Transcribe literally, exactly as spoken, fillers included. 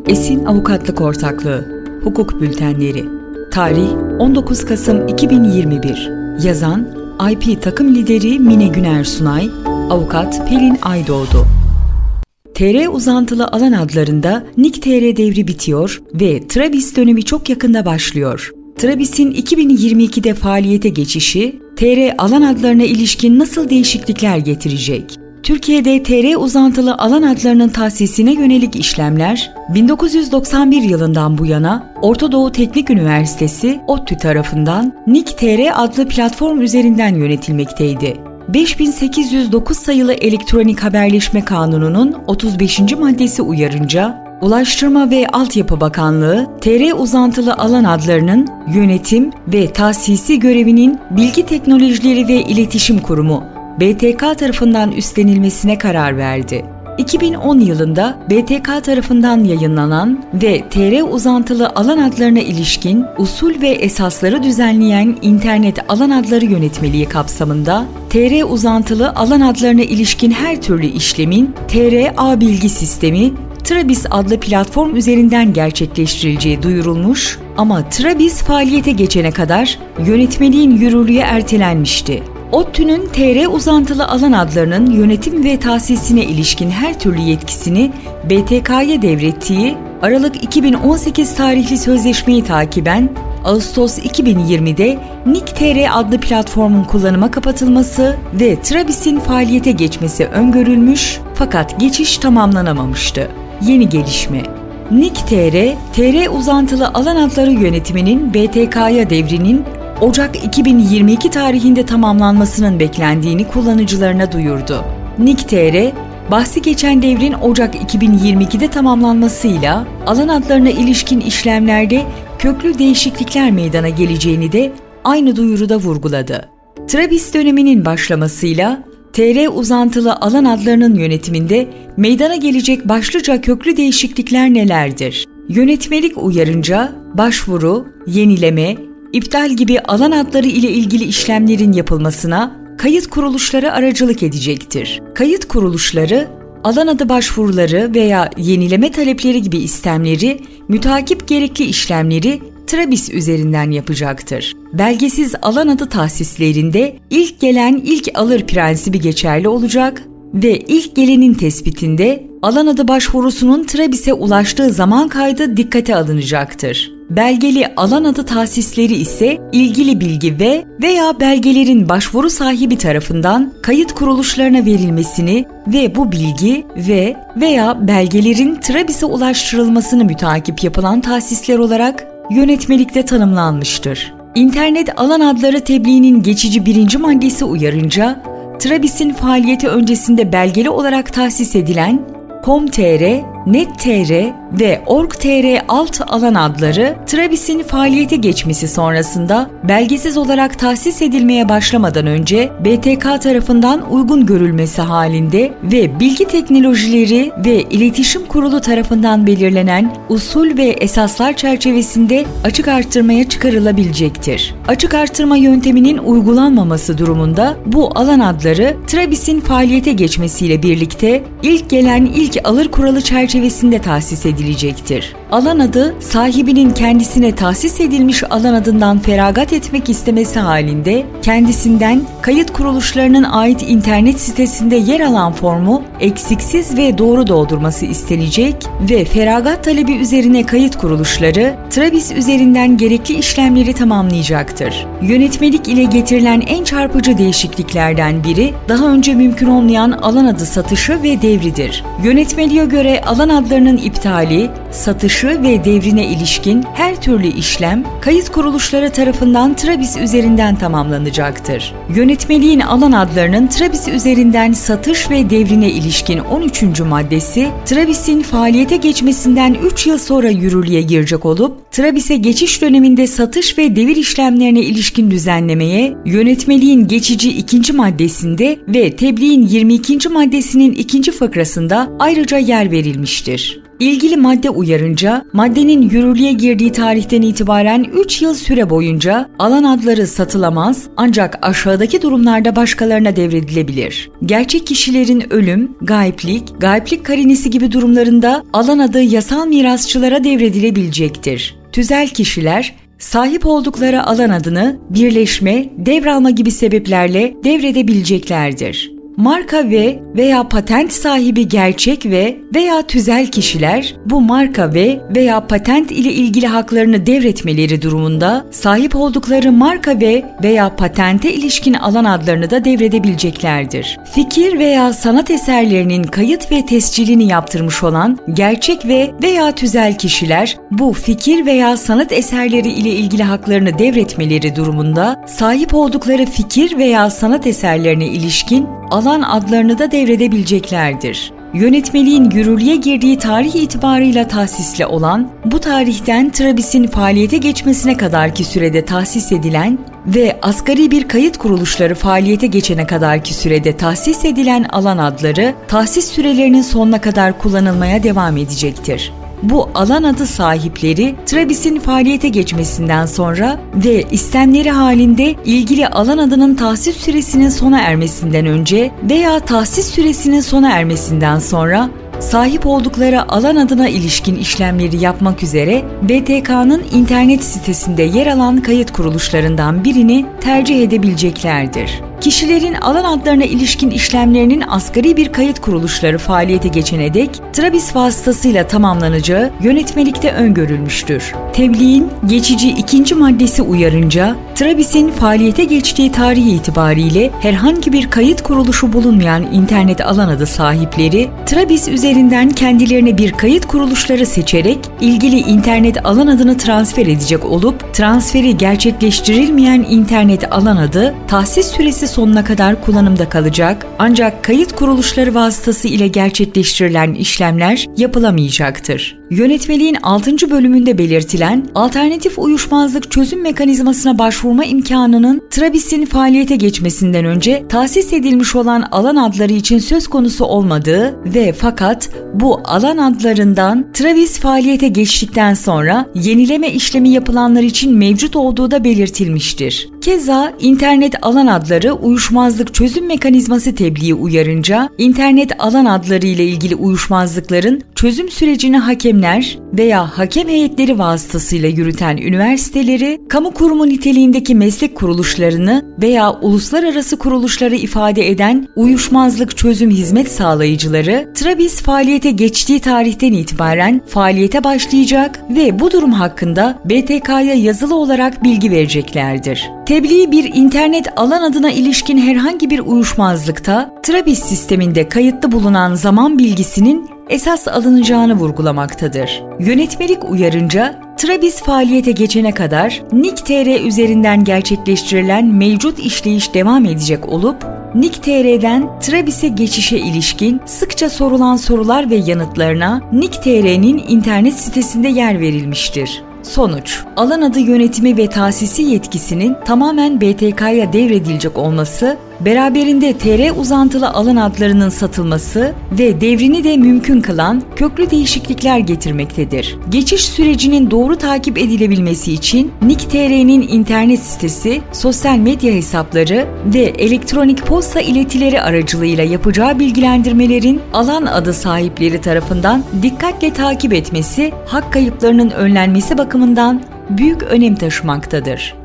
Esin Avukatlık Ortaklığı Hukuk Bültenleri Tarih on dokuz Kasım iki bin yirmi bir. Yazan I P Takım Lideri Mine Güner Sunay, Avukat Pelin Aydoğdu. T R uzantılı alan adlarında N I C T R devri bitiyor ve TRABIS dönemi çok yakında başlıyor. TRABIS'in iki bin yirmi ikide faaliyete geçişi, T R alan adlarına ilişkin nasıl değişiklikler getirecek? Türkiye'de T R uzantılı alan adlarının tahsisine yönelik işlemler, bin dokuz yüz doksan bir yılından bu yana Orta Doğu Teknik Üniversitesi ODTÜ tarafından N I C T R adlı platform üzerinden yönetilmekteydi. beş bin sekiz yüz dokuz sayılı Elektronik Haberleşme Kanunu'nun otuz beşinci maddesi uyarınca, Ulaştırma ve Altyapı Bakanlığı, T R uzantılı alan adlarının yönetim ve tahsisi görevinin Bilgi Teknolojileri ve İletişim Kurumu B T K tarafından üstlenilmesine karar verdi. iki bin on yılında B T K tarafından yayınlanan ve T R uzantılı alan adlarına ilişkin usul ve esasları düzenleyen İnternet Alan Adları Yönetmeliği kapsamında T R uzantılı alan adlarına ilişkin her türlü işlemin T R Ağ Bilgi Sistemi TRABIS adlı platform üzerinden gerçekleştirileceği duyurulmuş ama TRABIS faaliyete geçene kadar yönetmeliğin yürürlüğü ertelenmişti. ODTÜ'nün T R uzantılı alan adlarının yönetim ve tahsisine ilişkin her türlü yetkisini B T K'ya devrettiği Aralık iki bin on sekiz tarihli sözleşmeyi takiben Ağustos iki bin yirmide N I C T R adlı platformun kullanıma kapatılması ve TRABIS'in faaliyete geçmesi öngörülmüş fakat geçiş tamamlanamamıştı. Yeni gelişme: N I C T R, T R uzantılı alan adları yönetiminin B T K'ya devrinin Ocak iki bin yirmi iki tarihinde tamamlanmasının beklendiğini kullanıcılarına duyurdu. N I C T R, bahsi geçen devrin Ocak iki bin yirmi ikide tamamlanmasıyla alan adlarına ilişkin işlemlerde köklü değişiklikler meydana geleceğini de aynı duyuruda vurguladı. TRABIS döneminin başlamasıyla T R uzantılı alan adlarının yönetiminde meydana gelecek başlıca köklü değişiklikler nelerdir? Yönetmelik uyarınca başvuru, yenileme, İptal gibi alan adları ile ilgili işlemlerin yapılmasına kayıt kuruluşları aracılık edecektir. Kayıt kuruluşları, alan adı başvuruları veya yenileme talepleri gibi istemleri, mütakip gerekli işlemleri TRABIS üzerinden yapacaktır. Belgesiz alan adı tahsislerinde ilk gelen ilk alır prensibi geçerli olacak ve ilk gelenin tespitinde alan adı başvurusunun TRABIS'e ulaştığı zaman kaydı dikkate alınacaktır. Belgeli alan adı tahsisleri ise ilgili bilgi ve veya belgelerin başvuru sahibi tarafından kayıt kuruluşlarına verilmesini ve bu bilgi ve veya belgelerin TRABIS'e ulaştırılmasını mütakip yapılan tahsisler olarak yönetmelikte tanımlanmıştır. İnternet Alan Adları Tebliğinin geçici birinci maddesi uyarınca, TRABIS'in faaliyeti öncesinde belgeli olarak tahsis edilen .com.tr, .net.tr ve .org.tr alt alan adları TRABIS'in faaliyete geçmesi sonrasında belgesiz olarak tahsis edilmeye başlamadan önce B T K tarafından uygun görülmesi halinde ve Bilgi Teknolojileri ve İletişim Kurulu tarafından belirlenen usul ve esaslar çerçevesinde açık artırmaya çıkarılabilecektir. Açık artırma yönteminin uygulanmaması durumunda bu alan adları TRABIS'in faaliyete geçmesiyle birlikte ilk gelen ilk alır kuralı çerçevesinde tahsis edilecektir. Alan adı, sahibinin kendisine tahsis edilmiş alan adından feragat etmek istemesi halinde kendisinden kayıt kuruluşlarının ait internet sitesinde yer alan formu eksiksiz ve doğru doldurması istenecek ve feragat talebi üzerine kayıt kuruluşları TRABIS üzerinden gerekli işlemleri tamamlayacaktır. Yönetmelik ile getirilen en çarpıcı değişikliklerden biri daha önce mümkün olmayan alan adı satışı ve devridir. Yönetmeliğe göre alan adlarının iptali, satışı ve devrine ilişkin her türlü işlem kayıt kuruluşları tarafından TRABIS üzerinden tamamlanacaktır. Yönetmeliğin alan adlarının TRABIS üzerinden satış ve devrine ilişkin on üçüncü maddesi, TRABIS'in faaliyete geçmesinden üç yıl sonra yürürlüğe girecek olup, TRABIS'e geçiş döneminde satış ve devir işlemlerine ilişkin düzenlemeye, yönetmeliğin geçici ikinci maddesinde ve tebliğin yirmi ikinci maddesinin ikinci fıkrasında ayrıca yer verilmiştir. İlgili madde uyarınca, maddenin yürürlüğe girdiği tarihten itibaren üç yıl süre boyunca alan adları satılamaz ancak aşağıdaki durumlarda başkalarına devredilebilir. Gerçek kişilerin ölüm, gayiplik, gayiplik karinesi gibi durumlarında alan adı yasal mirasçılara devredilebilecektir. Tüzel kişiler, sahip oldukları alan adını birleşme, devralma gibi sebeplerle devredebileceklerdir. Marka ve veya patent sahibi gerçek ve veya tüzel kişiler bu marka ve veya patent ile ilgili haklarını devretmeleri durumunda sahip oldukları marka ve veya patente ilişkin alan adlarını da devredebileceklerdir. Fikir veya sanat eserlerinin kayıt ve tescilini yaptırmış olan gerçek ve veya tüzel kişiler bu fikir veya sanat eserleri ile ilgili haklarını devretmeleri durumunda sahip oldukları fikir veya sanat eserlerine ilişkin alan adlarını da devredebileceklerdir. Yönetmeliğin yürürlüğe girdiği tarih itibarıyla tahsisli olan, bu tarihten Trabis'in faaliyete geçmesine kadarki sürede tahsis edilen ve asgari bir kayıt kuruluşları faaliyete geçene kadarki sürede tahsis edilen alan adları, tahsis sürelerinin sonuna kadar kullanılmaya devam edecektir. Bu alan adı sahipleri Trabis'in faaliyete geçmesinden sonra ve istemleri halinde ilgili alan adının tahsis süresinin sona ermesinden önce veya tahsis süresinin sona ermesinden sonra sahip oldukları alan adına ilişkin işlemleri yapmak üzere B T K'nın internet sitesinde yer alan kayıt kuruluşlarından birini tercih edebileceklerdir. Kişilerin alan adlarına ilişkin işlemlerinin asgari bir kayıt kuruluşları faaliyete geçene dek Trabis vasıtasıyla tamamlanacağı yönetmelikte öngörülmüştür. Tebliğin geçici ikinci maddesi uyarınca, Trabis'in faaliyete geçtiği tarih itibariyle herhangi bir kayıt kuruluşu bulunmayan internet alan adı sahipleri, Trabis üzerinden kendilerine bir kayıt kuruluşları seçerek ilgili internet alan adını transfer edecek olup, transferi gerçekleştirilmeyen internet alan adı tahsis süresi sonuna kadar kullanımda kalacak ancak kayıt kuruluşları vasıtası ile gerçekleştirilen işlemler yapılamayacaktır. Yönetmeliğin altıncı bölümünde belirtilen alternatif uyuşmazlık çözüm mekanizmasına başvurma imkanının Trabis'in faaliyete geçmesinden önce tahsis edilmiş olan alan adları için söz konusu olmadığı ve fakat bu alan adlarından Trabis faaliyete geçtikten sonra yenileme işlemi yapılanlar için mevcut olduğu da belirtilmiştir. Keza internet alan adları uyuşmazlık çözüm mekanizması tebliği uyarınca internet alan adları ile ilgili uyuşmazlıkların çözüm sürecini hakemler veya hakem heyetleri vasıtasıyla yürüten üniversiteleri, kamu kurumu niteliğindeki meslek kuruluşlarını veya uluslararası kuruluşları ifade eden uyuşmazlık çözüm hizmet sağlayıcıları, Trabis faaliyete geçtiği tarihten itibaren faaliyete başlayacak ve bu durum hakkında B T K'ya yazılı olarak bilgi vereceklerdir. Tebliğ bir internet alan adına ilişkin herhangi bir uyuşmazlıkta Trabis sisteminde kayıtlı bulunan zaman bilgisinin esas alınacağını vurgulamaktadır. Yönetmelik uyarınca, Trabis faaliyete geçene kadar N I K T R üzerinden gerçekleştirilen mevcut işleyiş devam edecek olup, N I K T R'den Trabis'e geçişe ilişkin sıkça sorulan sorular ve yanıtlarına N I K T R'nin internet sitesinde yer verilmiştir. Sonuç, alan adı yönetimi ve tahsisi yetkisinin tamamen B T K'ya devredilecek olması, beraberinde T R uzantılı alan adlarının satılması ve devrini de mümkün kılan köklü değişiklikler getirmektedir. Geçiş sürecinin doğru takip edilebilmesi için N I K T R'nin internet sitesi, sosyal medya hesapları ve elektronik posta iletileri aracılığıyla yapacağı bilgilendirmelerin alan adı sahipleri tarafından dikkatle takip etmesi, hak kayıplarının önlenmesi bakımından büyük önem taşımaktadır.